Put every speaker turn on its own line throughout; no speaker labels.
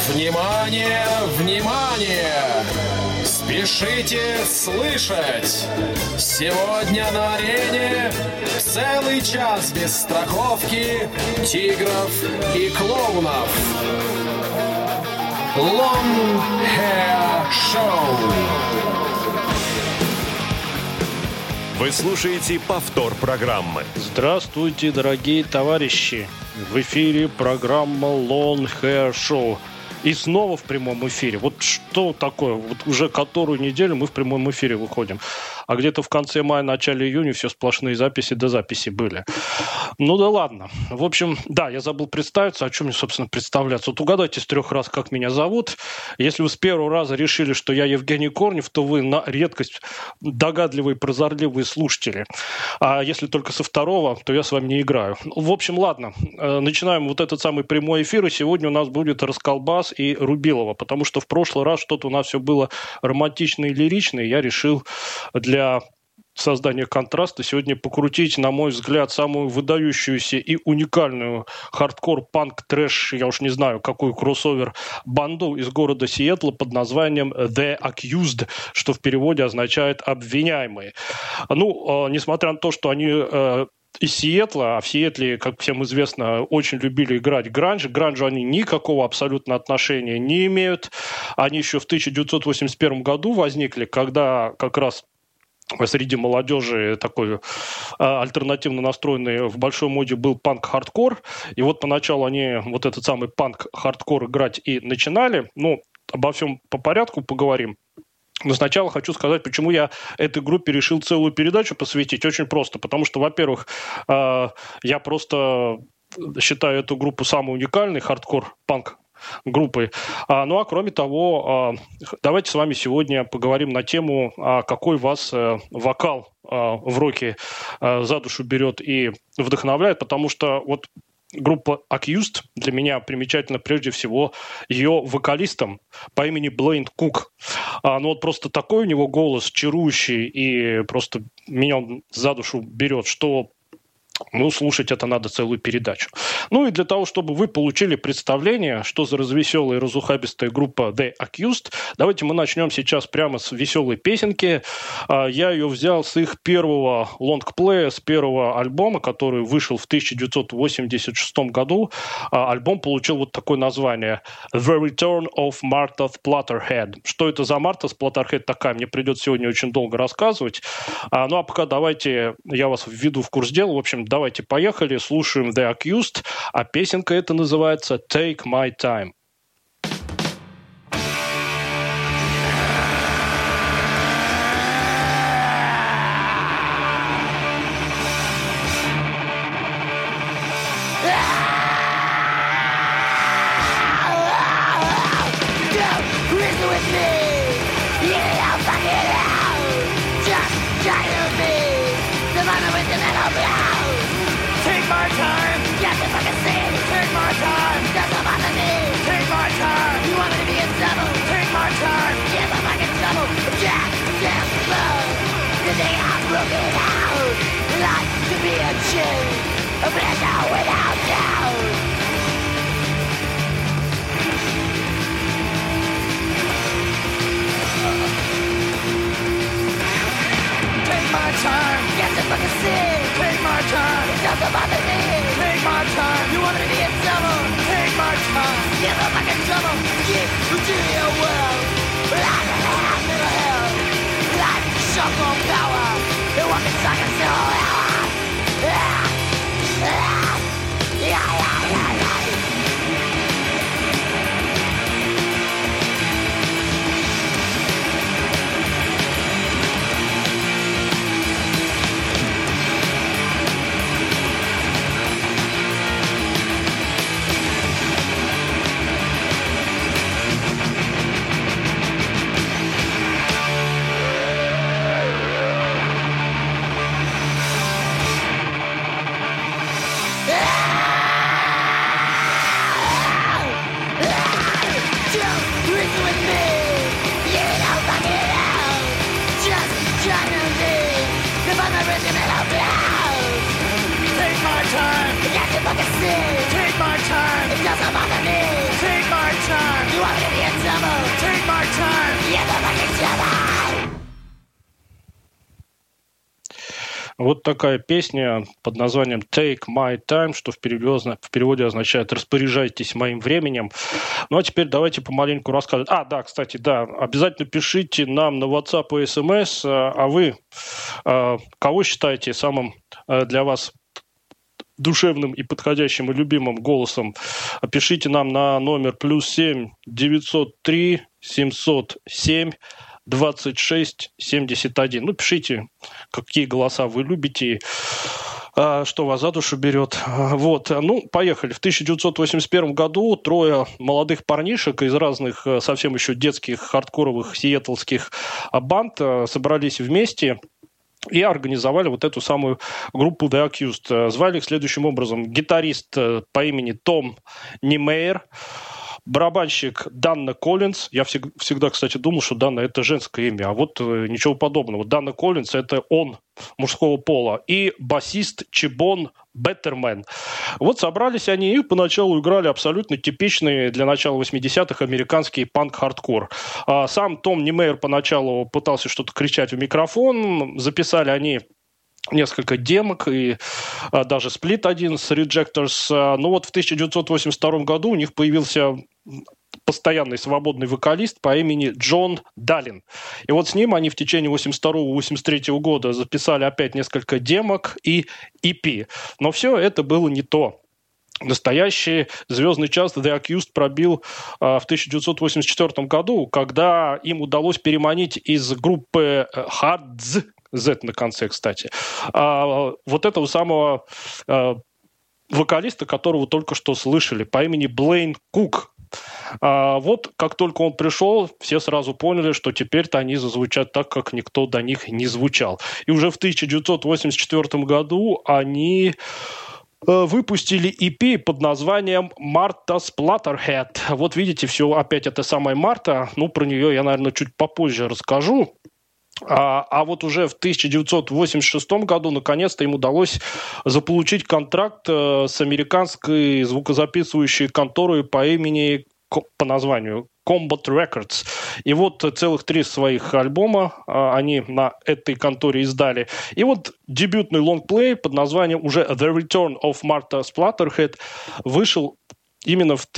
Внимание, внимание! Спешите слышать! Сегодня на арене целый час без страховки, тигров и клоунов. Long Hair Show.
Вы слушаете повтор программы.
Здравствуйте, дорогие товарищи! В эфире программа Long Hair Show. И снова в прямом эфире. Вот что такое? Вот уже которую неделю мы в прямом эфире выходим. А где-то в конце мая, начале июня все сплошные записи до записи были. Ну да ладно. В общем, да, я забыл представиться. А что мне, собственно, представляться? Вот угадайте с 3 раз, как меня зовут. Если вы с первого раза решили, что я Евгений Корнев, то вы на редкость догадливые, прозорливые слушатели. А если только со второго, то я с вами не играю. В общем, ладно. Начинаем вот этот самый прямой эфир. И сегодня у нас будет расколбас и Рубилова, потому что в прошлый раз что-то у нас все было романтично и лирично, и я решил для создания контраста сегодня покрутить, на мой взгляд, самую выдающуюся и уникальную хардкор-панк-трэш, я уж не знаю, какую кроссовер-банду из города Сиэтла под названием The Accused, что в переводе означает «обвиняемые». Ну, несмотря на то, что они из Сиэтла, а в Сиэтле, как всем известно, очень любили играть гранж. К гранжу они никакого абсолютно отношения не имеют. Они еще в 1981 году возникли, когда как раз среди молодежи такой альтернативно настроенный в большой моде был панк-хардкор. И вот поначалу они вот этот самый панк-хардкор играть и начинали. Ну, обо всем по порядку поговорим. Но сначала хочу сказать, почему я этой группе решил целую передачу посвятить. Очень просто, потому что, во-первых, я просто считаю эту группу самой уникальной хардкор-панк группой. Ну а кроме того, давайте с вами сегодня поговорим на тему, какой вас вокал в роке за душу берет и вдохновляет, потому что вот группа Accused для меня примечательна прежде всего ее вокалистом по имени Блейн Кук. Ну вот просто такой у него голос чарующий и просто меня он за душу берет, что ну, слушать это надо целую передачу. Ну и для того, чтобы вы получили представление, что за развеселая и разухабистая группа The Accused, давайте мы начнем сейчас прямо с веселой песенки. Я ее взял с их первого лонгплея, с первого альбома, который вышел в 1986 году. Альбом получил вот такое название The Return of Martha Splatterhead. Что это за Марта Splatterhead такая? Мне придется сегодня очень долго рассказывать. Ну а пока давайте я вас введу в курс дела. В общем, давайте поехали, слушаем The Accused, а песенка эта называется Take My Time.
Take my time, yes, if I can see. Take my time, doesn't bother me.
Вот такая песня под названием «Take My Time», что в переводе означает «распоряжайтесь моим временем». Ну, а теперь давайте помаленьку рассказывать. Да, кстати, да, обязательно пишите нам на WhatsApp и SMS, а вы кого считаете самым для вас душевным и подходящим и любимым голосом? Пишите нам на номер +7 903 707 26 71. Ну, пишите, какие голоса вы любите, что вас за душу берет. Вот. Ну, поехали. В 1981 году трое молодых парнишек из разных совсем еще детских хардкоровых сиэтлских банд собрались вместе и организовали вот эту самую группу The Accused. Звали их следующим образом. Гитарист по имени Том Немейер, барабанщик Данна Коллинз. Я всегда, кстати, думал, что Данна – это женское имя, а вот ничего подобного. Данна Коллинз – это он мужского пола. И басист Чибон Беттермен. Вот собрались они и поначалу играли абсолютно типичный для начала 80-х американский панк-хардкор. Сам Том Немейер поначалу пытался что-то кричать в микрофон. Записали они несколько демок и даже сплит один с Rejectors. Но вот в 1982 году у них появился постоянный свободный вокалист по имени Джон Даллин. И вот с ним они в течение 82-83 года записали опять несколько демок и EP. Но все это было не то. Настоящий звездный час The Accused пробил в 1984 году, когда им удалось переманить из группы Hardz, Z на конце, кстати, вот этого самого вокалиста, которого только что слышали, по имени Блейн Кук. Вот как только он пришел, все сразу поняли, что теперь-то они зазвучат так, как никто до них не звучал. И уже в 1984 году они выпустили EP под названием «Марта Сплаттерхед». Вот видите, все опять это самая Марта. Ну, про нее я, наверное, чуть попозже расскажу. А вот уже в 1986 году наконец-то им удалось заполучить контракт с американской звукозаписывающей конторой по названию Combat Records. И вот целых 3 своих альбома они на этой конторе издали. И вот дебютный лонгплей под названием уже The Return of Marta Splatterhead вышел именно в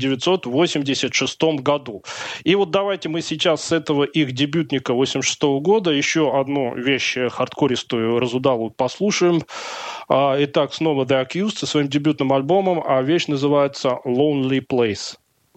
1986 году. И вот давайте мы сейчас с этого их дебютника 86 года еще одну вещь хардкористую, разудалую послушаем. Итак, снова The Accused со своим дебютным альбомом, а вещь называется Lonely Place.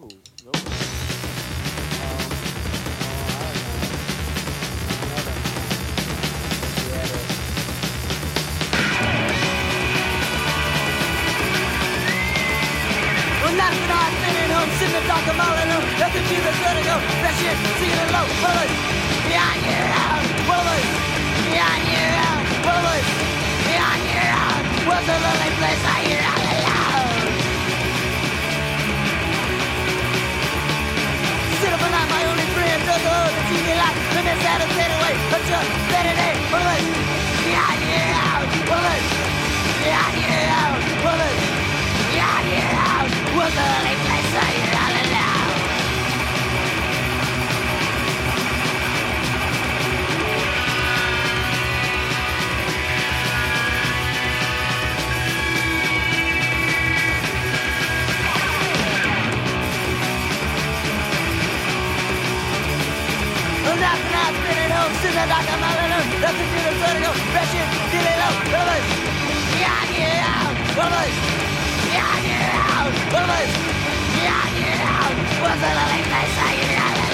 Sitting in the dark, I'm all alone. Nothing to the good to go. That shit, singing it low. Brothers, yeah, yeah, brothers, yeah, yeah, brothers, yeah, yeah. What's the lonely place I hear all alone? Sit up and out, my only friend. Does the TV light. Let me set it away. Let's just let it in. Brothers, yeah, yeah, brothers, yeah, yeah, brothers, yeah, yeah. What's the lonely place I hear all alone? Nothing else, spinning home, sitting like I'm all alone. Nothing to the sun, go, rushing, feeling low. Brothers, yeah, yeah, brothers, yeah, yeah, brothers, yeah, yeah. What's the lonely place I hear all alone?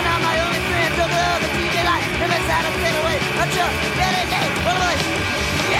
Until get it day, brothers,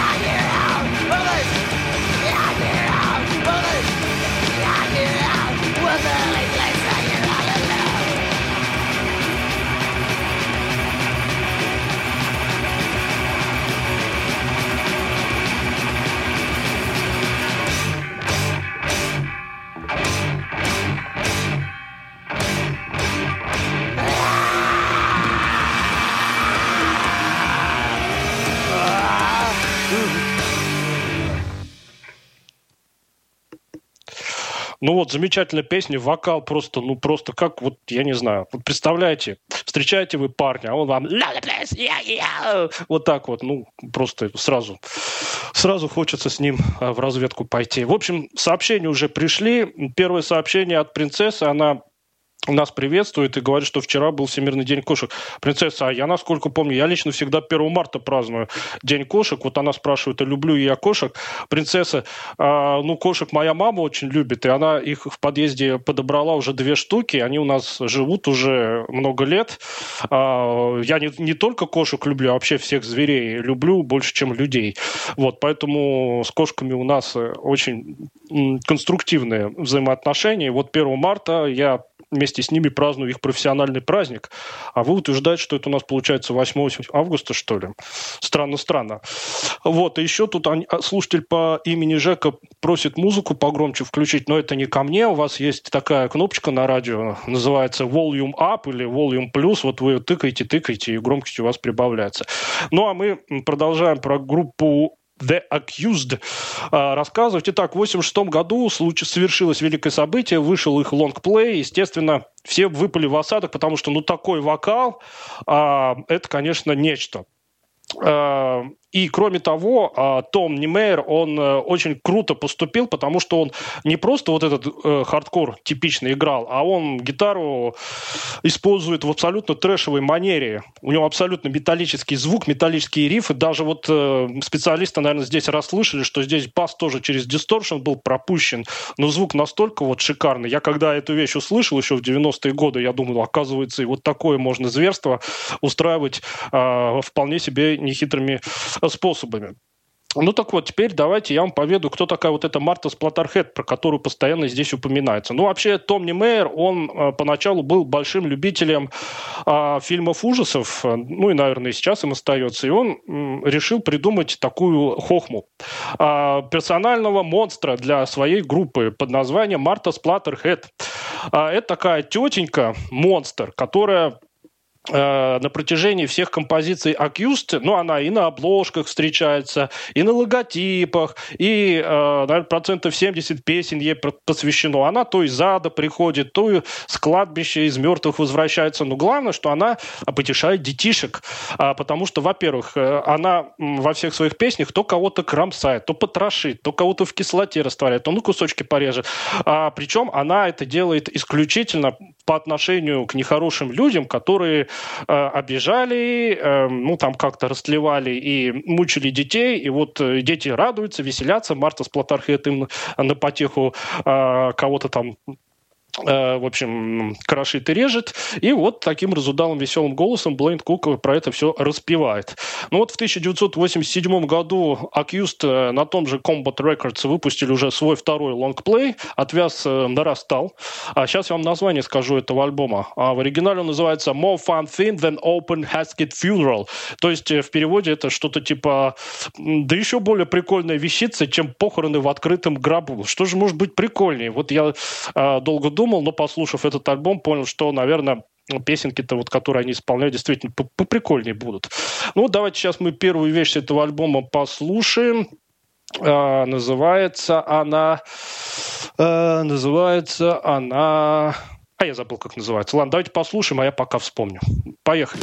Ну вот, замечательная песня, вокал просто, ну просто как, вот я не знаю. Вот представляете, встречаете вы парня, а он вам вот так вот, ну просто сразу хочется с ним в разведку пойти. В общем, сообщения уже пришли. Первое сообщение от принцессы, она нас приветствует и говорит, что вчера был Всемирный день кошек. Принцесса, а я, насколько помню, я лично всегда 1 марта праздную День кошек. Вот она спрашивает, а люблю ли я кошек? Принцесса, ну, кошек моя мама очень любит, и она их в подъезде подобрала уже 2 штуки. Они у нас живут уже много лет. Я не только кошек люблю, а вообще всех зверей люблю больше, чем людей. Вот, поэтому с кошками у нас очень конструктивные взаимоотношения. Вот 1 марта я вместе с ними праздную их профессиональный праздник. А вы утверждаете, что это у нас получается 8 августа, что ли? Странно. Вот, и еще тут слушатель по имени Жека просит музыку погромче включить, но это не ко мне. У вас есть такая кнопочка на радио, называется Volume Up или Volume Plus. Вот вы тыкаете, и громкость у вас прибавляется. Ну, а мы продолжаем про группу The Accused рассказывать. Итак, в 1986 году совершилось великое событие, вышел их лонгплей. Естественно, все выпали в осадок, потому что, ну, такой вокал, это, конечно, нечто. И, кроме того, Том Немейер, он очень круто поступил, потому что он не просто вот этот хардкор типично играл, а он гитару использует в абсолютно трэшевой манере. У него абсолютно металлический звук, металлические рифы. Даже вот специалисты, наверное, здесь расслышали, что здесь бас тоже через дисторшн был пропущен, но звук настолько вот шикарный. Я когда эту вещь услышал еще в 90-е годы, я думал, оказывается, и вот такое можно зверство устраивать вполне себе нехитрыми способами. Ну так вот, теперь давайте я вам поведаю, кто такая вот эта Марта Сплаттерхед, про которую постоянно здесь упоминается. Ну вообще, Том Немейер, он поначалу был большим любителем фильмов ужасов, ну и, наверное, и сейчас им остается, и он решил придумать такую хохму. Персонального монстра для своей группы под названием Марта Сплаттерхед. Это такая тетенька-монстр, которая на протяжении всех композиций Accused, ну, она и на обложках встречается, и на логотипах, и, наверное, 70% песен ей посвящено. Она то из ада приходит, то с кладбища из мертвых возвращается. Но главное, что она потешает детишек, потому что, во-первых, она во всех своих песнях то кого-то кромсает, то потрошит, то кого-то в кислоте растворяет, то кусочки порежет. Причем она это делает исключительно по отношению к нехорошим людям, которые обижали, ну, там как-то растлевали и мучили детей, и вот дети радуются, веселятся, Марта Сплаттерхед им на потеху кого-то там в общем, крошит и режет. И вот таким разудалым веселым голосом Блейн Кук про это все распевает. Ну вот в 1987 году Accused на том же Combat Records выпустили уже свой второй лонгплей. Отвяз нарастал. А сейчас я вам название скажу этого альбома. В оригинале он называется More Fun Thing Than Open Casket Funeral. То есть в переводе это что-то типа да еще более прикольная вещица, чем похороны в открытом гробу. Что же может быть прикольнее? Вот я долго думал, но, послушав этот альбом, понял, что, наверное, песенки-то, вот, которые они исполняют, действительно поприкольнее будут. Ну, давайте сейчас мы первую вещь с этого альбома послушаем. Называется она... А я забыл, как называется. Ладно, давайте послушаем, а я пока вспомню. Поехали.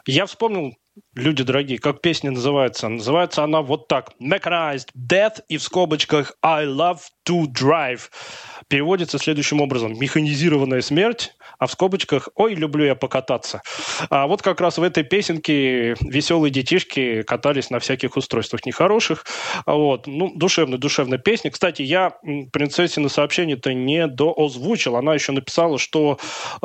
Я вспомнил, люди дорогие, как песня называется. Называется она вот так. Mechanized Death и в скобочках I Love to Drive. Переводится следующим образом. Механизированная смерть, а в скобочках «Ой, люблю я покататься». А вот как раз в этой песенке веселые детишки катались на всяких устройствах нехороших. Вот. Ну, душевная песня. Кстати, я принцессе сообщение-то не доозвучил. Она еще написала, что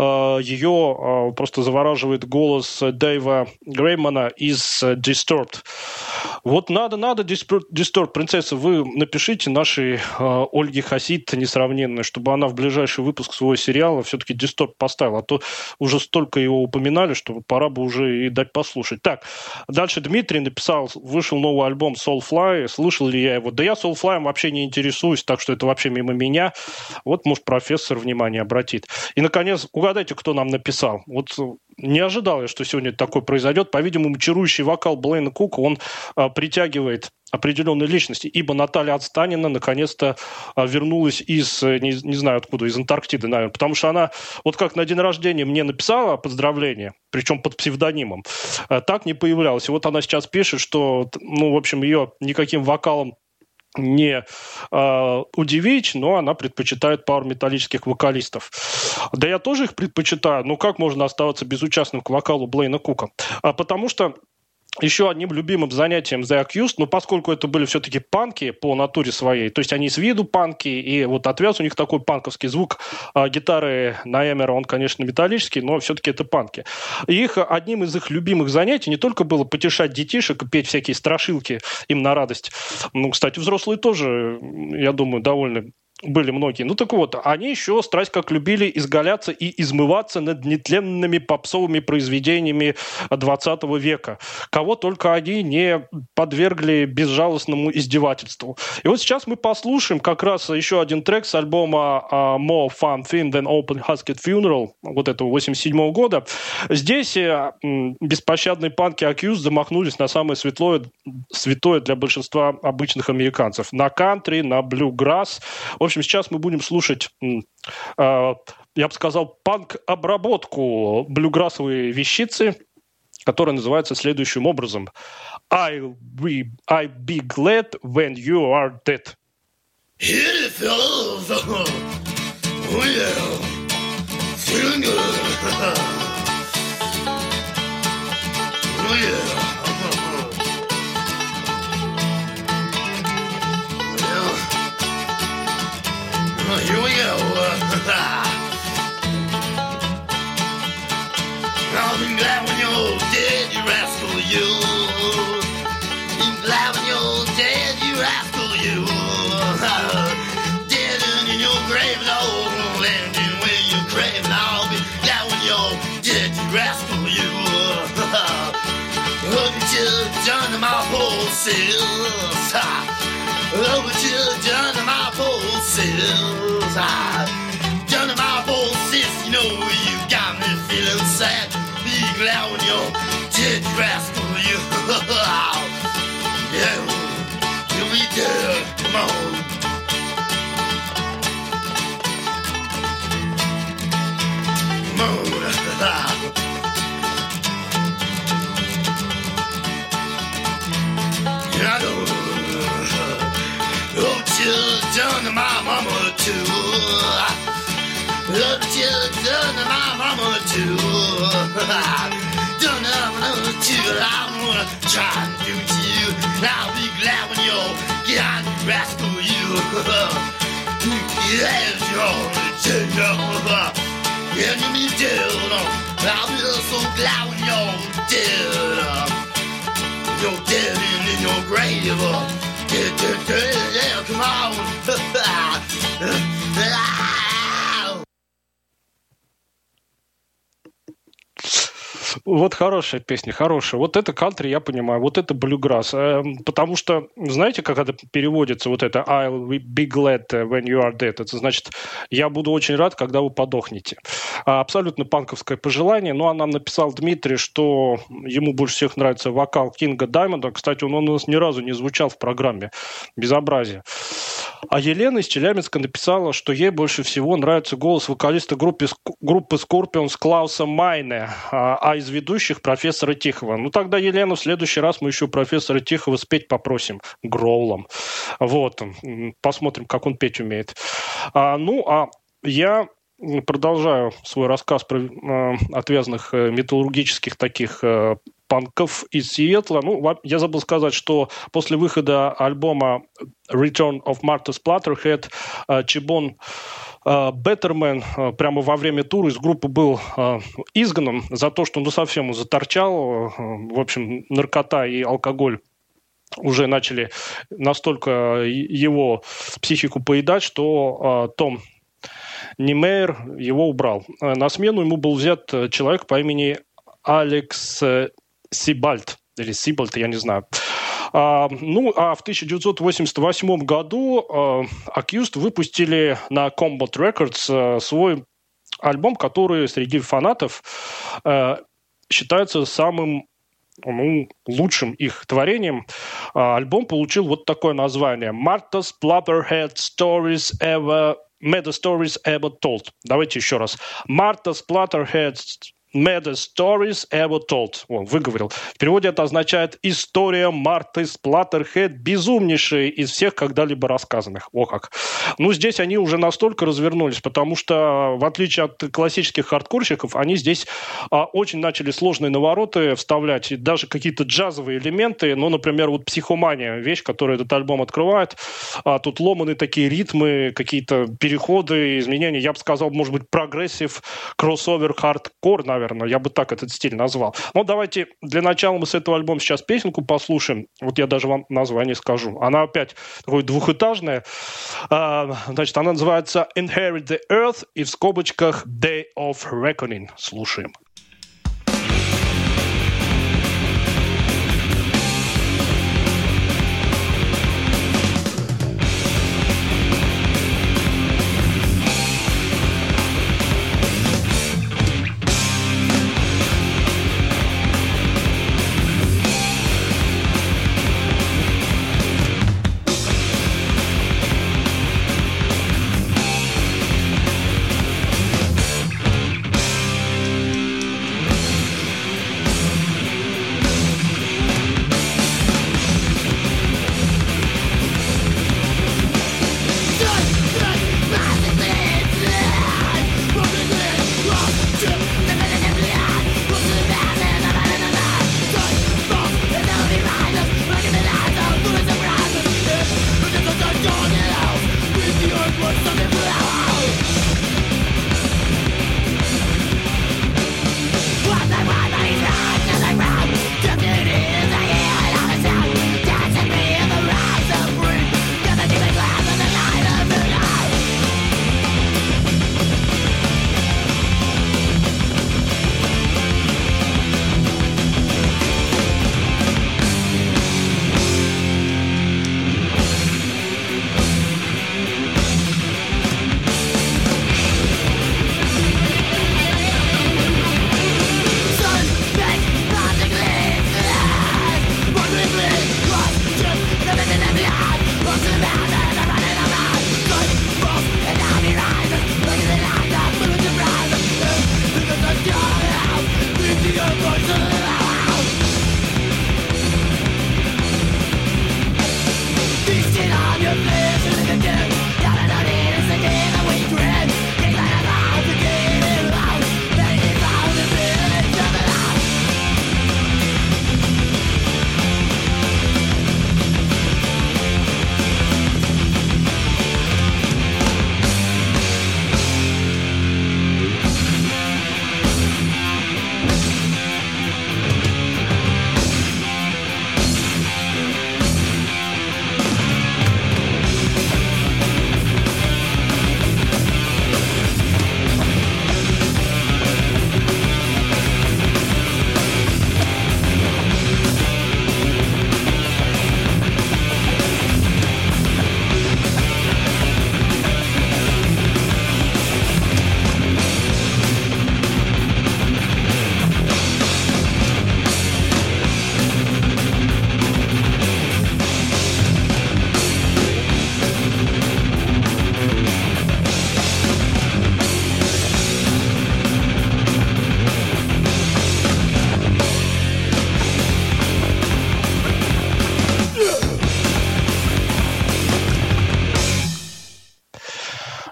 ее просто завораживает голос Дэйва Греймана из Disturbed. Вот надо, Disturbed, принцесса, вы напишите нашей Ольге Хасид несравненной, чтобы она в ближайший выпуск своего сериала все-таки Disturbed поставила, а то уже столько его упоминали, что пора бы уже и дать послушать. Так, дальше Дмитрий написал, вышел новый альбом Soulfly, слышал ли я его? Да я Soulfly вообще не интересуюсь, так что это вообще мимо меня. Вот, может, профессор внимание обратит. И, наконец, угадайте, кто нам написал. Вот не ожидал я, что сегодня такое произойдет. По-видимому, чарующий вокал Блейна Кука, он притягивает определенной личности, ибо Наталья Отстанина наконец-то вернулась из, не знаю откуда, из Антарктиды, наверное, потому что она вот как на день рождения мне написала поздравление, причем под псевдонимом, так не появлялась. И вот она сейчас пишет, что, ну, в общем, ее никаким вокалом не удивить, но она предпочитает пару металлических вокалистов. Да я тоже их предпочитаю, но как можно оставаться безучастным к вокалу Блейна Кука? Потому что еще одним любимым занятием The Accused, но поскольку это были все-таки панки по натуре своей, то есть они с виду панки, и вот отвес у них такой панковский звук гитары Наэмера, он, конечно, металлический, но все-таки это панки. И одним из их любимых занятий не только было потешать детишек и петь всякие страшилки им на радость, ну, кстати, взрослые тоже, я думаю, довольны были многие. Ну так вот, они еще страсть как любили изгаляться и измываться над нетленными попсовыми произведениями 20 века. Кого только они не подвергли безжалостному издевательству. И вот сейчас мы послушаем как раз еще один трек с альбома More Fun Thing Than Open Casket Funeral, вот этого 87 года. Здесь беспощадные панки Accused замахнулись на самое святое для большинства обычных американцев. На кантри, на блюграсс. В общем, сейчас мы будем слушать, я бы сказал, панк-обработку блюграссовой вещицы, которая называется следующим образом. I'll be glad when you are dead.
Hey, fellas. Oh, yeah. Feeling good. Oh, yeah. Here we go. I'll be glad when you're dead, you rascal, you. Be glad when you're dead, you rascal, you. Dead and in your grave, no landing where you're craving. I'll be glad when you're dead, you rascal, you. Look at you, done to my pulses. Look what you done to my pulses. Done to my pulses. You know you got me feeling sad. Be glad when you're dead, you rascal. You, yeah, you'll be dead. Come on. Come on. I know. What you done to my mama too? What you done to my mama too? Done to my mama too. I'm gonna try and do to you. I'll be glad when you're gone, you rascal, you. Yes, you're dead. Yeah, you'll be dead. I'll be so glad when you're dead. You're dead and in your grave. Yeah, come on.
Вот хорошая песня, хорошая. Вот это кантри, я понимаю, вот это блюграсс. Потому что, знаете, как это переводится, вот это I'll be glad when you are dead. Это значит, я буду очень рад, когда вы подохнете. Абсолютно панковское пожелание. Ну, а нам написал Дмитрий, что ему больше всех нравится вокал Кинга Даймонда. Кстати, он у нас ни разу не звучал в программе. Безобразие. А Елена из Челябинска написала, что ей больше всего нравится голос вокалиста группы Scorpions Клауса Майне, а из ведущих профессора Тихого. Ну, тогда, Елена, в следующий раз мы еще профессора Тихого спеть попросим гроулом. Вот. Посмотрим, как он петь умеет. Я продолжаю свой рассказ про отвязных металлургических таких панков из Сиэтла. Ну, я забыл сказать, что после выхода альбома Return of Martha Splatterhead Чибон Беттермен прямо во время тура из группы был изгнан за то, что он совсем заторчал. В общем, наркота и алкоголь уже начали настолько его психику поедать, что Том Немейер его убрал. На смену ему был взят человек по имени Алекс Сибальд, или Сибальд, я не знаю. А в 1988 году Accused выпустили на Combat Records свой альбом, который среди фанатов считается самым лучшим их творением. Альбом получил вот такое название: Martha Splatterhead Meta Stories Ever Told. Давайте еще раз. Martha Splatterhead Meta Stories Ever Told. Выговорил. В переводе это означает «История Марты Сплаттерхед, безумнейшая из всех когда-либо рассказанных». О как. Здесь они уже настолько развернулись, потому что, в отличие от классических хардкорщиков, они здесь очень начали сложные навороты вставлять, и даже какие-то джазовые элементы. Например, вот «Психомания», вещь, которая этот альбом открывает. Тут ломаные такие ритмы, какие-то переходы, изменения. Я бы сказал, может быть, прогрессив, кроссовер, хардкор, наверное. Я бы так этот стиль назвал. Давайте для начала мы с этого альбома сейчас песенку послушаем. Вот я даже вам название скажу. Она опять такой двухэтажная. Значит, она называется Inherit the Earth и в скобочках Day of Reckoning. Слушаем.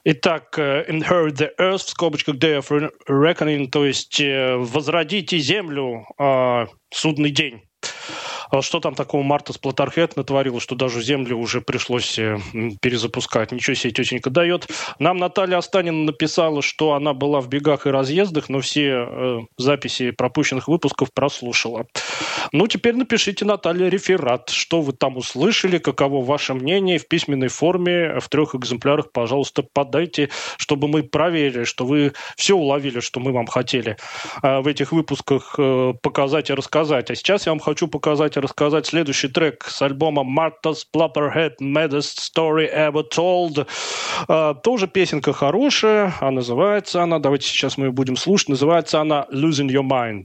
Итак, inherit the earth, в скобочках day of reckoning, то есть возродите землю, судный день. Что там такого Марта Сплаттерхед натворила, что даже землю уже пришлось перезапускать. Ничего себе тетенька дает. Нам Наталья Останина написала, что она была в бегах и разъездах, но все записи пропущенных выпусков прослушала. Ну, теперь напишите, Наталья, реферат. Что вы там услышали, каково ваше мнение в письменной форме, в 3 экземплярах, пожалуйста, подайте, чтобы мы проверили, что вы все уловили, что мы вам хотели в этих выпусках показать и рассказать. А сейчас я вам хочу показать и рассказать следующий трек с альбома Martha Splatterhead Maddest Story Ever Told. Тоже песенка хорошая, а называется она, давайте сейчас мы ее будем слушать, называется она Losing Your Mind.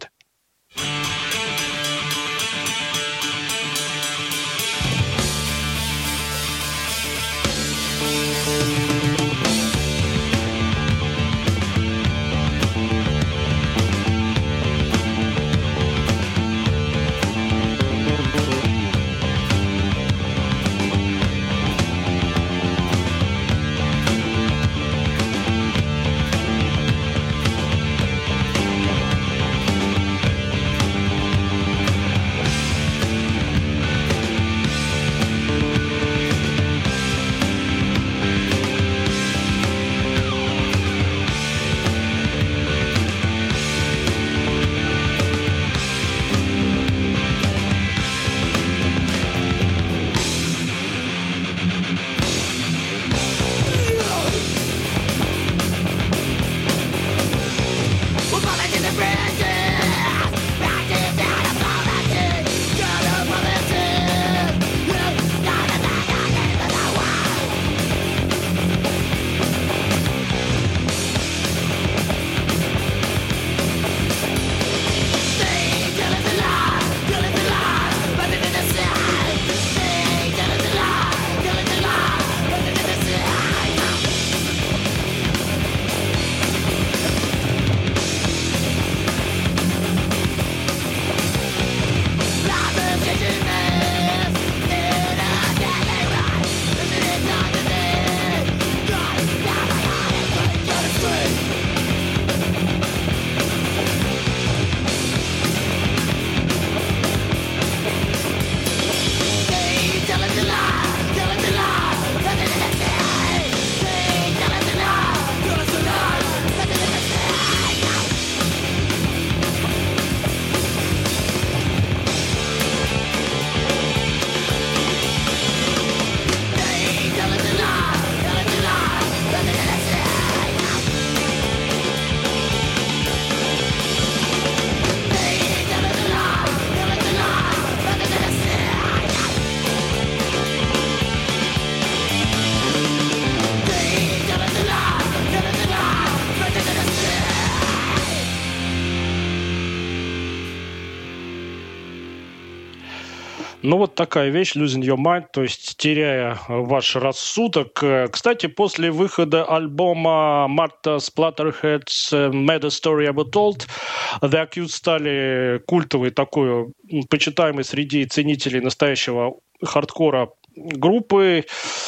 Ну, вот такая вещь, losing your mind, то есть теряя ваш рассудок. Кстати, после выхода альбома Martha Splatterhead's Maddest Story Ever Told, The Accused стали культовой такой, почитаемой среди ценителей настоящего хардкора группы.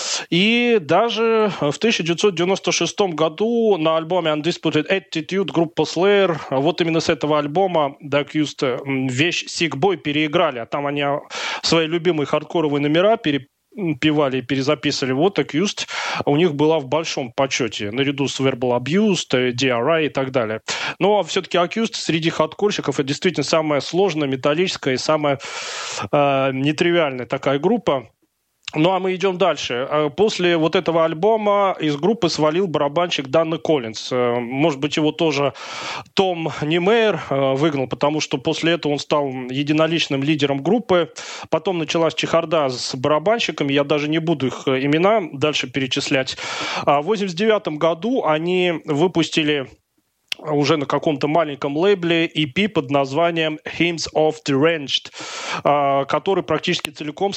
И даже в 1996 году на альбоме Undisputed Attitude группа Slayer, вот именно с этого альбома The Accused вещь Sick Boy переиграли. А там они свои любимые хардкоровые номера перепевали и перезаписывали. Вот Accused у них была в большом почете, наряду с Verbal Abuse, DRI и так далее. Но все-таки Accused среди хардкорщиков это действительно самая сложная, металлическая и самая нетривиальная такая группа. Ну, а мы идем дальше. После вот этого альбома из группы свалил барабанщик Данна Коллинз. Может быть, его тоже Том Немейер выгнал, потому что после этого он стал единоличным лидером группы. Потом началась чехарда с барабанщиками. Я даже не буду их имена дальше перечислять. В 1989 году они выпустили уже на каком-то маленьком лейбле EP под названием Hymns of Deranged, который практически целиком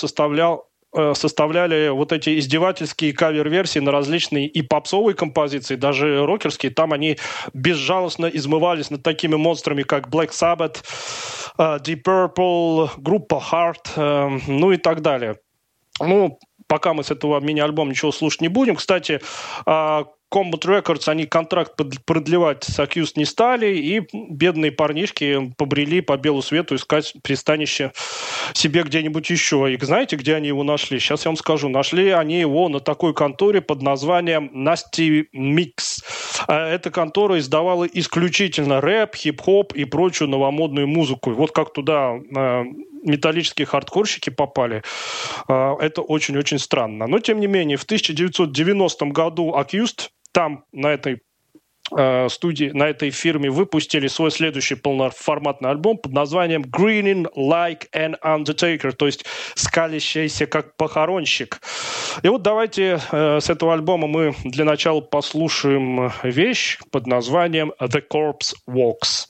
составляли вот эти издевательские кавер-версии на различные и попсовые композиции, даже рокерские. Там они безжалостно измывались над такими монстрами, как Black Sabbath, Deep Purple, группа Heart, ну и так далее. Ну, пока мы с этого мини-альбома ничего слушать не будем. Кстати, Combat Records, они контракт продлевать с Accused не стали, и бедные парнишки побрели по белу свету искать пристанище себе где-нибудь еще. И знаете, где они его нашли? Сейчас я вам скажу. Нашли они его на такой конторе под названием Nasty Mix. Эта контора издавала исключительно рэп, хип-хоп и прочую новомодную музыку. И вот как туда металлические хардкорщики попали, это очень-очень странно. Но, тем не менее, в 1990 году Accused там, на этой студии, на этой фирме выпустили свой следующий полноформатный альбом под названием Grinning Like an Undertaker, то есть скалящийся как похоронщик. И вот давайте с этого альбома мы для начала послушаем вещь под названием The Corpse Walks.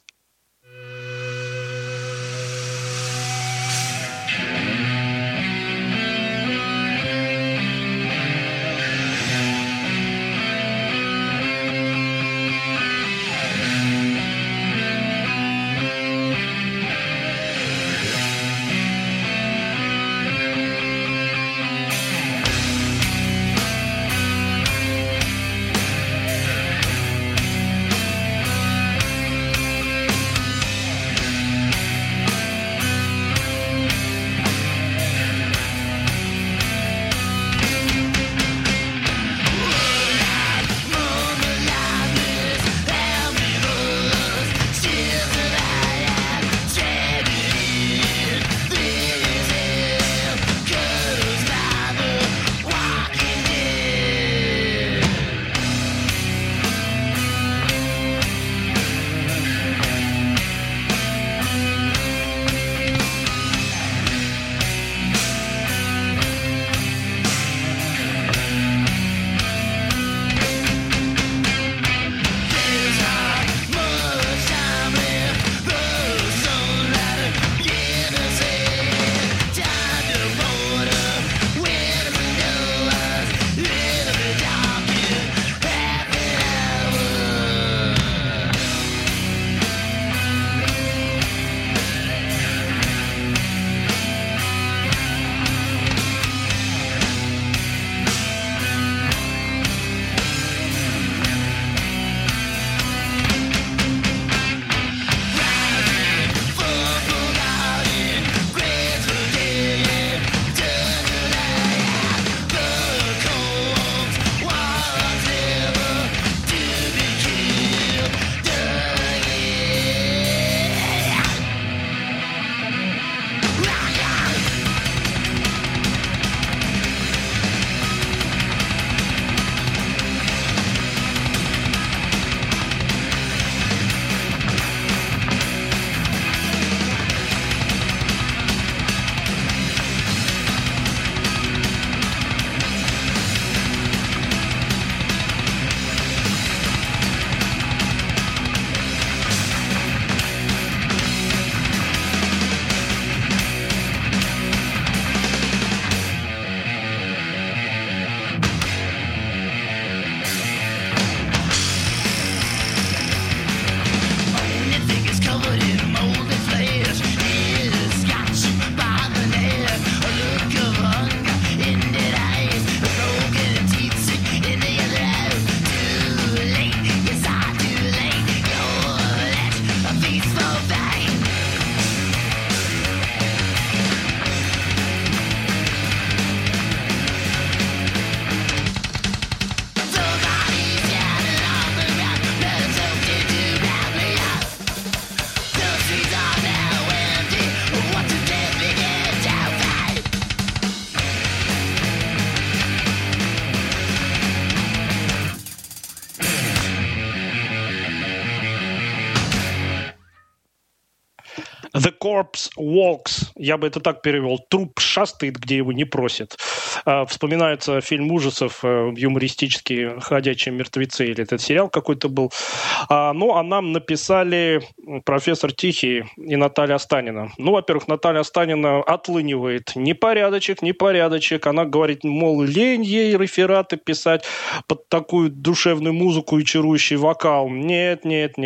The Corpse Walks. Я бы это так перевел. Труп шастает, где его не просят. Вспоминается фильм ужасов юмористический «Ходячие мертвецы», или этот сериал какой-то был. Ну, а нам написали профессор Тихий и Наталья Останина. Ну, во-первых, Наталья Останина отлынивает. Непорядочек. Она говорит, мол, лень ей рефераты писать под такую душевную музыку и чарующий вокал. Нет.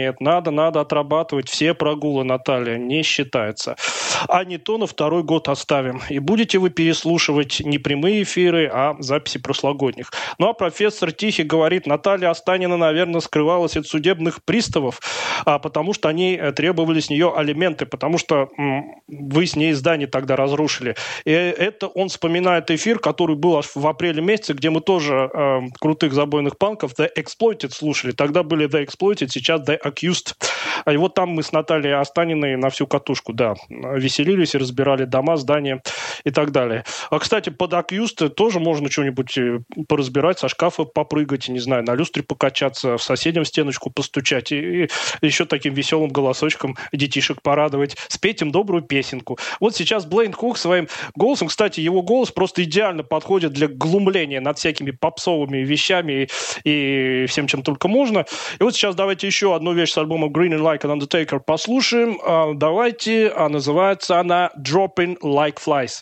Надо отрабатывать все прогулы, Наталья. Не считается. А не то на второй год оставим. И будете вы переслушивать не прямые прямые эфиры, а записи прошлогодних. Ну а профессор Тихий говорит, Наталья Останина, наверное, скрывалась от судебных приставов, потому что они требовали с нее алименты, потому что вы с ней здание тогда разрушили. И это он вспоминает эфир, который был аж в апреле месяце, где мы тоже крутых забойных панков The Exploited слушали. Тогда были The Exploited, сейчас The Accused. И вот там мы с Натальей Останиной на всю катушку, да, веселились и разбирали дома, здания и так далее. А, кстати, под Accused тоже можно что-нибудь поразбирать, со шкафа попрыгать, не знаю, на люстре покачаться, в соседям в стеночку постучать и еще таким веселым голосочком детишек порадовать, спеть им добрую песенку. Вот сейчас Блейн Хук своим голосом, кстати, его голос просто идеально подходит для глумления над всякими попсовыми вещами и всем, чем только можно. И вот сейчас давайте еще одну вещь с альбома Green Like an Undertaker послушаем. Давайте, называется она Dropping Like Flies.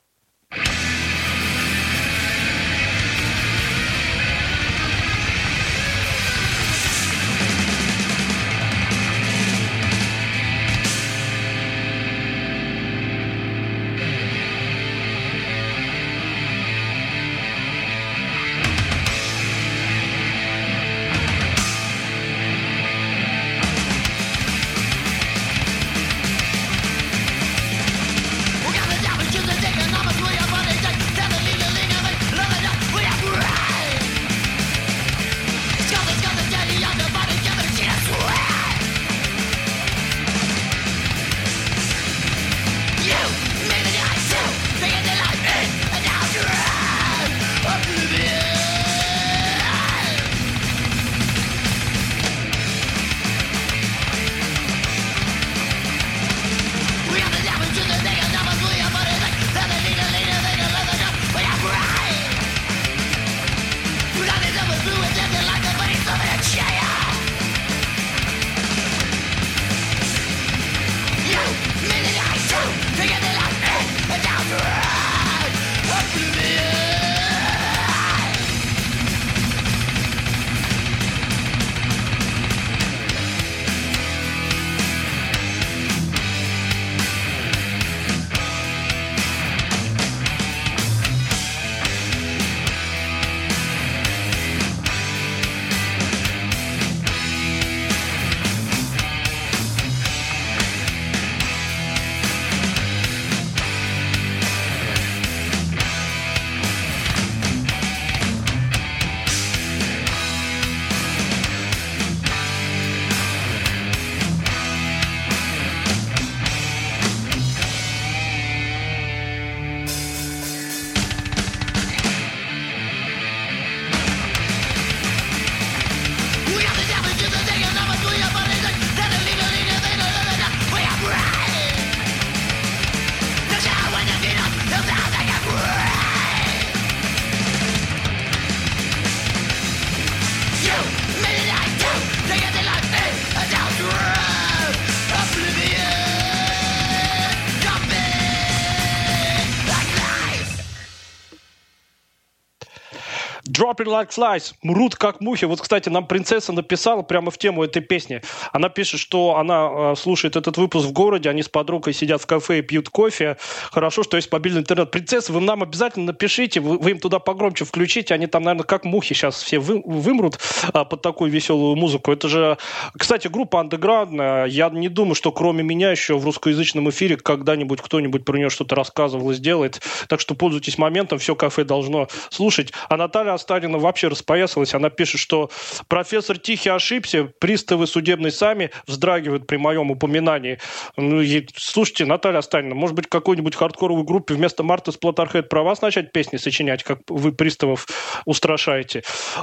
Dropping like flies. Мрут как мухи. Вот, кстати, нам принцесса написала прямо в тему этой песни. Она пишет, что она слушает этот выпуск в городе, они с подругой сидят в кафе и пьют кофе. Хорошо, что есть мобильный интернет. Принцесса, вы нам обязательно напишите, вы им туда погромче включите. Они там, наверное, как мухи сейчас все вымрут под такую веселую музыку. Это же, кстати, группа андеграундная. Я не думаю, что кроме меня еще в русскоязычном эфире когда-нибудь кто-нибудь про нее что-то рассказывал и сделает. Так что пользуйтесь моментом, все кафе должно слушать. А Наталья Останина вообще распоясалась. Она пишет, что профессор Тихий ошибся, приставы судебные сами вздрагивают при моем упоминании. Ну, слушайте, Наталья Останина, может быть, какой-нибудь хардкоровой группе вместо Марта Сплаттерхед про вас начать песни сочинять, как вы приставов устрашаете?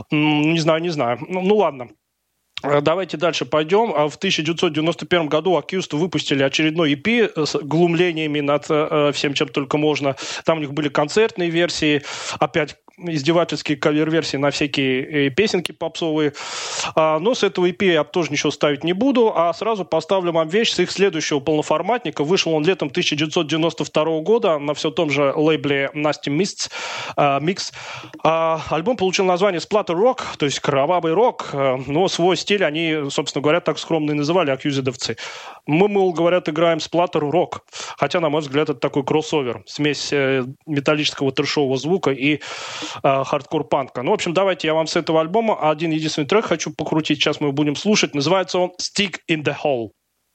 Не знаю. Ну ладно. Давайте дальше пойдем. В 1991 году Accused выпустили очередной EP с глумлениями над всем, чем только можно. Там у них были концертные версии. Опять издевательские кавер-версии на всякие песенки попсовые. Но с этого EP я тоже ничего ставить не буду, а сразу поставлю вам вещь с их следующего полноформатника. Вышел он летом 1992 года на все том же лейбле Nasty Mix. Альбом получил название Splatter Rock, то есть кровавый рок, но свой стиль они, собственно говоря, так скромно и называли акьюзидовцы. Мы, мол, говорят, играем Splatter Rock, хотя, на мой взгляд, это такой кроссовер, смесь металлического трэшового звука и хардкор-панка. Ну, в общем, давайте я вам с этого альбома один единственный трек хочу покрутить, сейчас мы его будем слушать. Называется он «Stick in the Hole».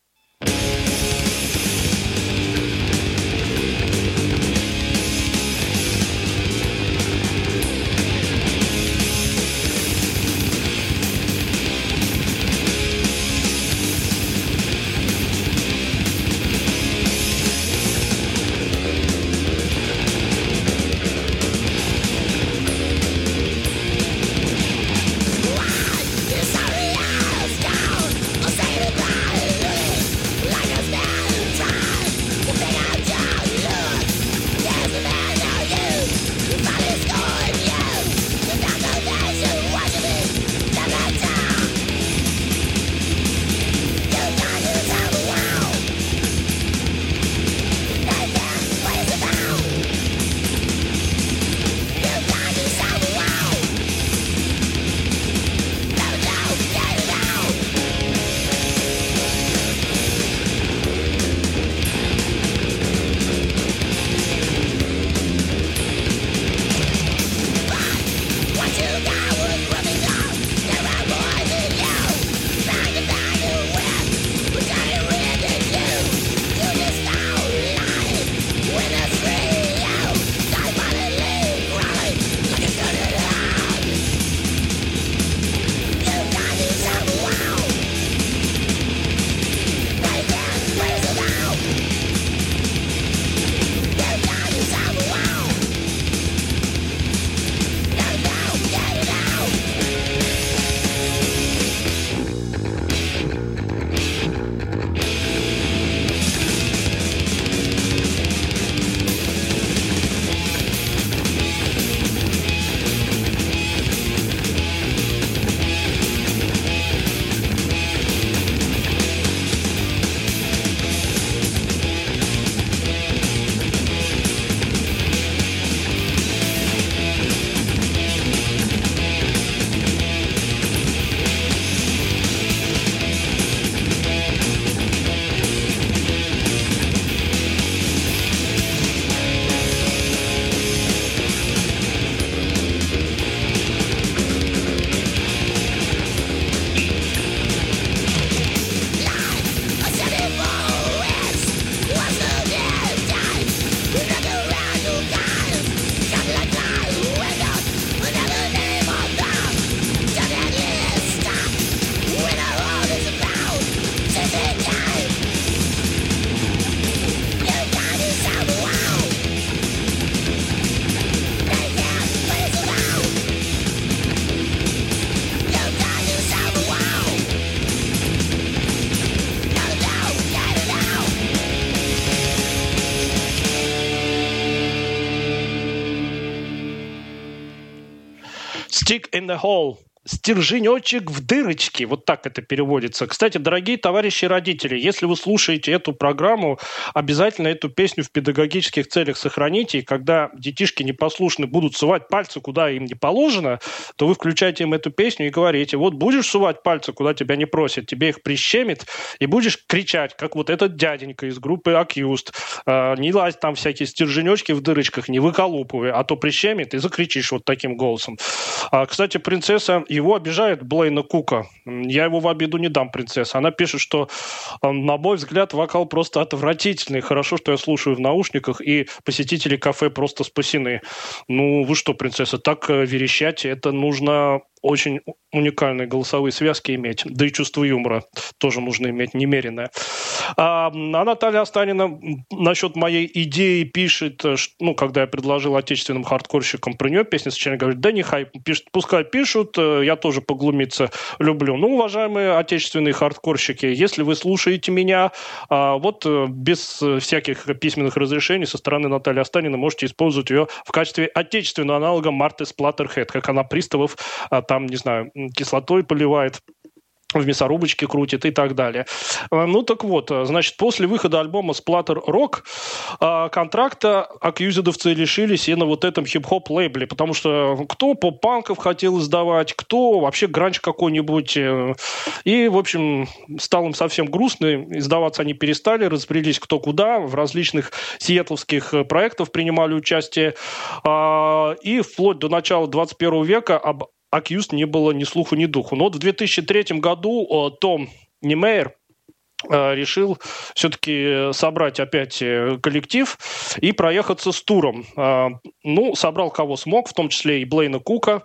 Stick in the hole. Стерженечек в дырочке. Вот так это переводится. Кстати, дорогие товарищи родители, если вы слушаете эту программу, обязательно эту песню в педагогических целях сохраните. И когда детишки непослушны будут сувать пальцы, куда им не положено, то вы включаете им эту песню и говорите: вот будешь сувать пальцы, куда тебя не просят, тебе их прищемит, и будешь кричать, как вот этот дяденька из группы Accused. Не лазь там всякие стерженечки в дырочках, не выколупывай, а то прищемит, и закричишь вот таким голосом. Кстати, принцесса его обижает, Блейна Кука. Я его в обиду не дам, принцесса. Она пишет, что, на мой взгляд, вокал просто отвратительный. Хорошо, что я слушаю в наушниках, и посетители кафе просто спасены. Ну, вы что, принцесса, так верещать, это нужно очень уникальные голосовые связки иметь, да и чувство юмора тоже нужно иметь немеренное. А Наталья Останина насчет моей идеи пишет, когда я предложил отечественным хардкорщикам про нее песни, сначала говорит, да нехай, пускай пишут, я тоже поглумиться люблю. Уважаемые отечественные хардкорщики, если вы слушаете меня, без всяких письменных разрешений со стороны Натальи Останиной можете использовать ее в качестве отечественного аналога Марты Сплаттерхед, как она приставов кислотой поливает, в мясорубочке крутит и так далее. После выхода альбома Splatter Rock контракта акьюзедовцы лишились и на вот этом хип-хоп лейбле, потому что кто поп-панков хотел издавать, кто вообще гранж какой-нибудь. И, в общем, стало им совсем грустно. Издаваться они перестали, разбрелись кто куда, в различных сиэтловских проектах принимали участие. И вплоть до начала 21 века об Accused не было ни слуху, ни духу. Но в 2003 году Том Немейер решил все-таки собрать опять коллектив и проехаться с туром. Собрал кого смог, в том числе и Блейна Кука,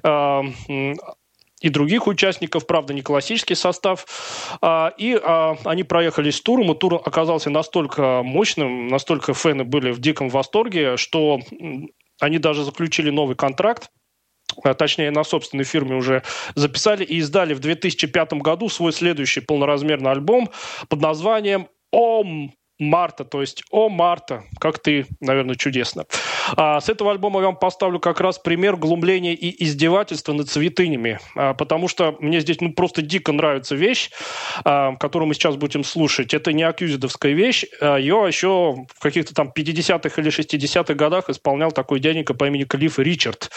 и других участников, правда, не классический состав. Они проехались с туром, и тур оказался настолько мощным, настолько фэны были в диком восторге, что они даже заключили новый контракт. Точнее, на собственной фирме уже записали и издали в 2005 году свой следующий полноразмерный альбом под названием «О Марта», то есть «О Марта, как ты, наверное, чудесно». С этого альбома я вам поставлю как раз пример глумления и издевательства над святынями, потому что мне здесь просто дико нравится вещь, которую мы сейчас будем слушать. Это не акьюзедовская вещь, ее еще в каких-то там 50-х или 60-х годах исполнял такой дяденька по имени Клифф Ричард.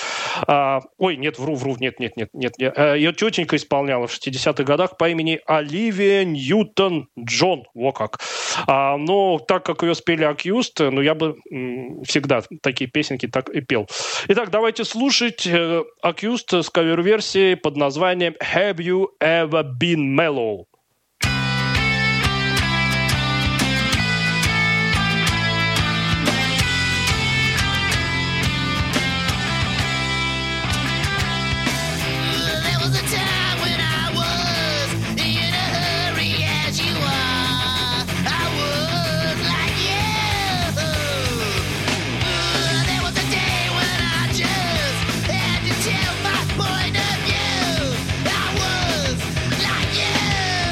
Нет. Ее тетенька исполняла в 60-х годах по имени Оливия Ньютон-Джон. Во как. Но так как ее спели Accused, я бы всегда такие песенки так и пел. Итак, давайте слушать Accused с кавер-версией под названием «Have You Ever Been Mellow?».
Tell my point of view, I was like you.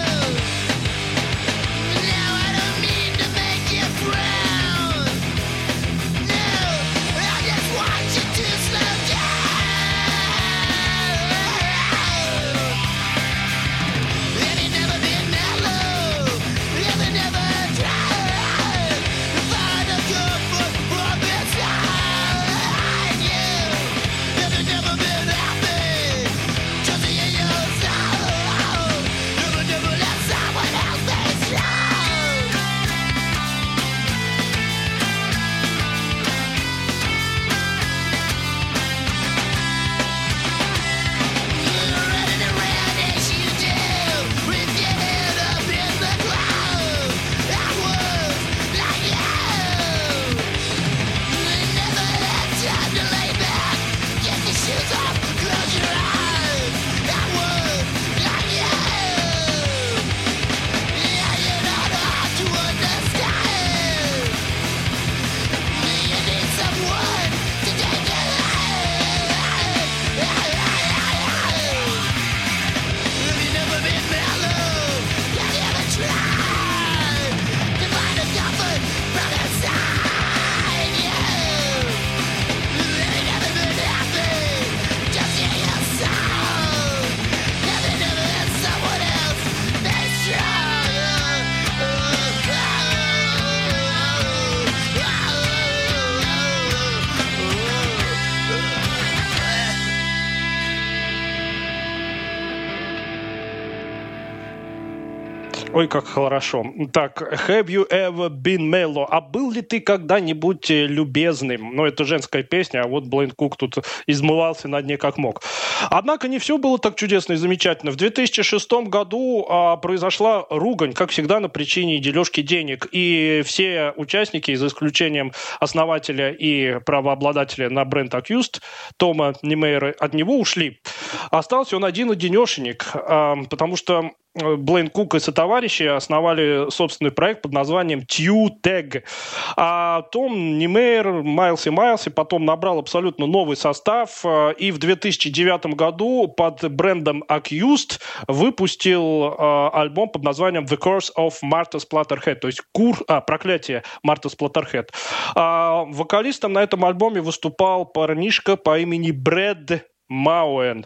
Ой, как хорошо. Так, have you ever been mellow? А был ли ты когда-нибудь любезным? Ну, это женская песня, а вот Блейн Кук тут измывался на дне как мог. Однако не все было так чудесно и замечательно. В 2006 году произошла ругань, как всегда, на причине дележки денег. И все участники, за исключением основателя и правообладателя на бренд Accused, Тома Немейера, от него ушли. Остался он один-одинешенек, потому что Блейн Кук и сотоварищи основали собственный проект под названием TuTag. А Том Немейер маялся, потом набрал абсолютно новый состав и в 2009 году под брендом Accused выпустил альбом под названием The Curse of Martha Splatterhead, то есть проклятие Марта Сплаттерхед. Вокалистом на этом альбоме выступал парнишка по имени Брэд Мауэн.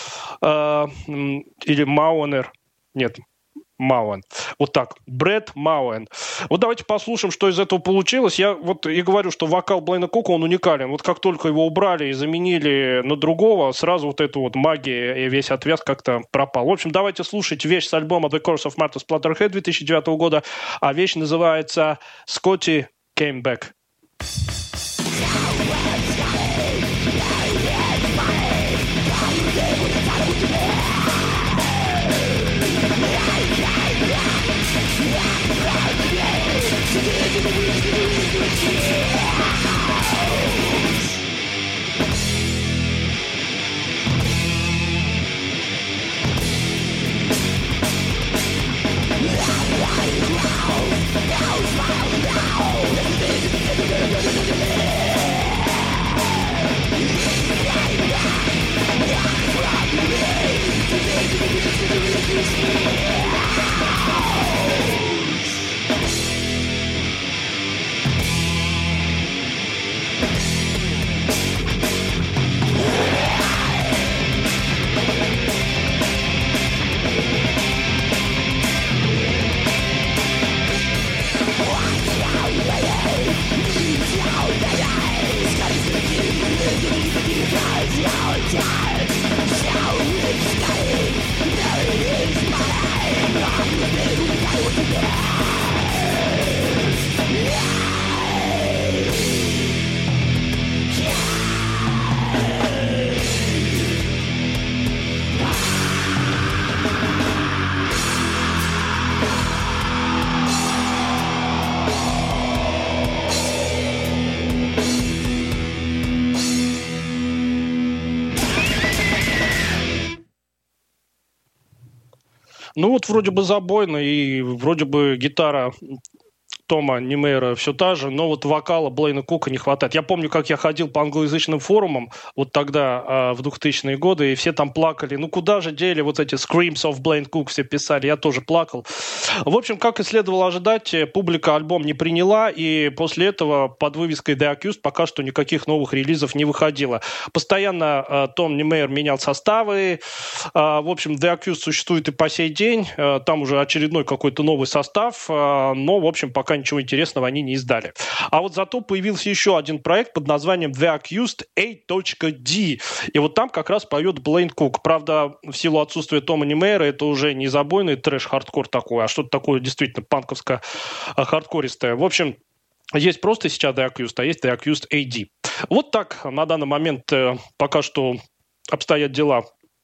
Или Мауэнер. Нет, Мауэн. Вот так. Брэд Мауэн. Вот давайте послушаем, что из этого получилось. Я вот и говорю, что вокал Блейна Кука, он уникален. Вот как только его убрали и заменили на другого, сразу вот эта вот магия и весь отвес как-то пропал. В общем, давайте слушать вещь с альбома The Curse of Martha Splatterhead 2009 года. А вещь называется «Scotty Came Back». Ну вот вроде бы забойно, и вроде бы гитара Тома Немейера все та же, но вот вокала Блейна Кука не хватает. Я помню, как я ходил по англоязычным форумам вот тогда, в 2000-е годы, и все там плакали. Ну куда же дели вот эти screams of Blaine Cook, все писали, я тоже плакал. В общем, как и следовало ожидать, публика альбом не приняла, и после этого под вывеской The Accused пока что никаких новых релизов не выходило. Постоянно Том Немейер менял составы. В общем, The Accused существует и по сей день. Там уже очередной какой-то новый состав, но, в общем, пока ничего интересного они не издали. А вот зато появился еще один проект под названием The Accused A.D. И вот там как раз поет Блейн Кук. Правда, в силу отсутствия Тома Немейера это уже не забойный трэш-хардкор такой, а что-то такое действительно панковско-хардкористое. В общем, есть просто сейчас The Accused, а есть The Accused A.D. Вот так на данный момент пока что обстоят дела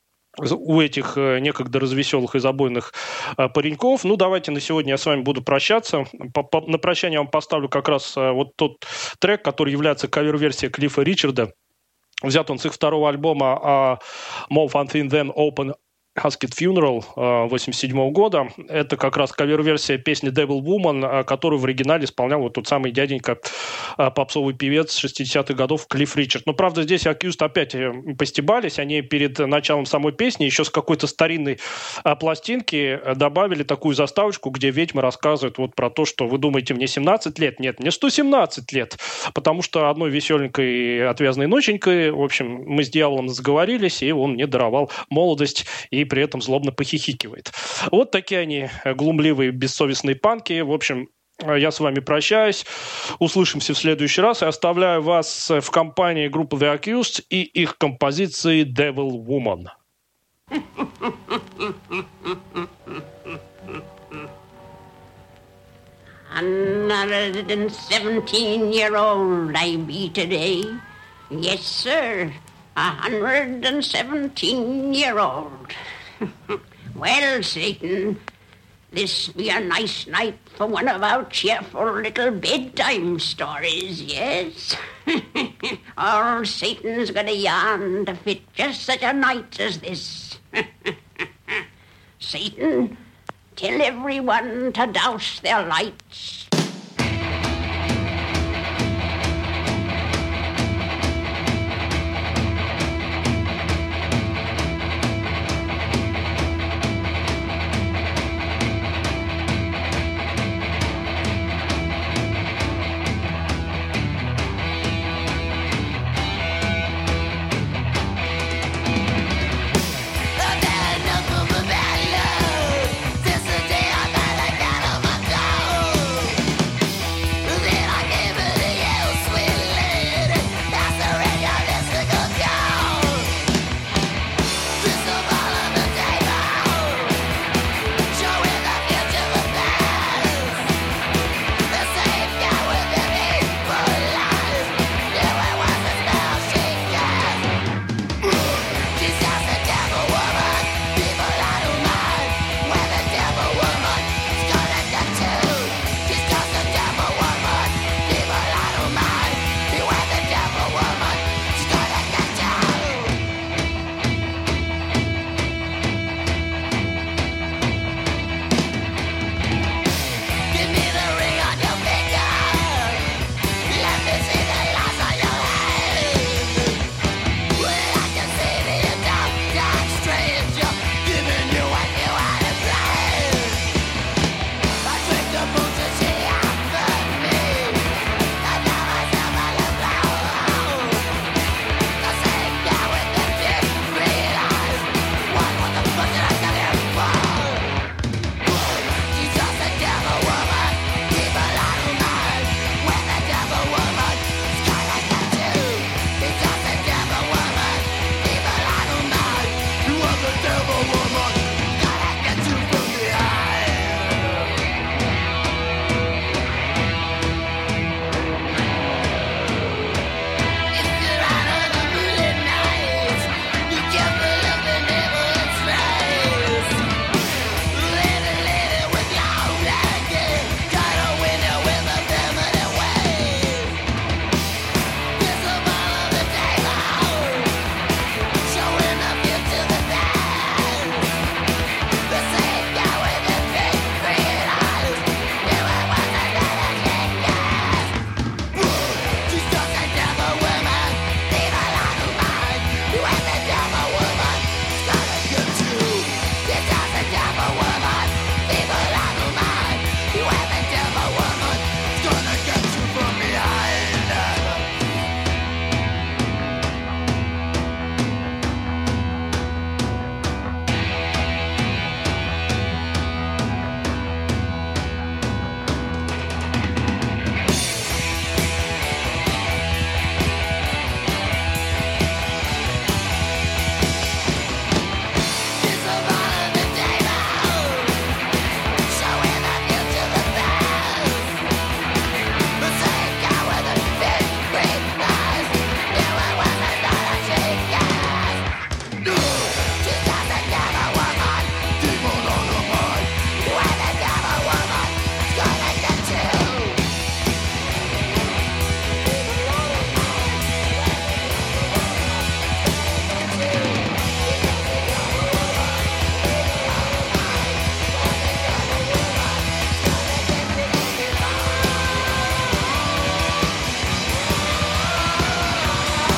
у этих некогда развеселых и забойных пареньков. Ну, давайте на сегодня я с вами буду прощаться. На прощание я вам поставлю как раз вот тот трек, который является кавер-версией Клиффа Ричарда. Взят он с их второго альбома More Fun Thing Than Open Casket Funeral 1987 года. Это как раз кавер-версия песни Devil Woman, которую в оригинале исполнял вот тот самый дяденька, попсовый певец 60-х годов Клифф Ричард. Но, правда, здесь Accused опять постебались. Они перед началом самой песни еще с какой-то старинной пластинки добавили такую заставочку, где ведьмы рассказывают вот про то, что вы думаете, мне 17 лет? Нет, мне 117 лет. Потому что одной веселенькой отвязной ноченькой, в общем, мы с дьяволом сговорились, и он мне даровал молодость и при этом злобно похихикивает. Вот такие они глумливые, бессовестные панки. В общем, я с вами прощаюсь. Услышимся в следующий раз. И оставляю вас в компании группы The Accused и их композиции Devil Woman.
117-year-old I be today. Yes, sir, 117-year-old. Well, Satan, this be a nice night for one of our cheerful little bedtime stories, yes? All Satan's got a yarn to fit just such a night as this. Satan, tell everyone to douse their lights.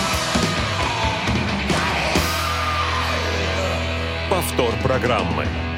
Повтор программы.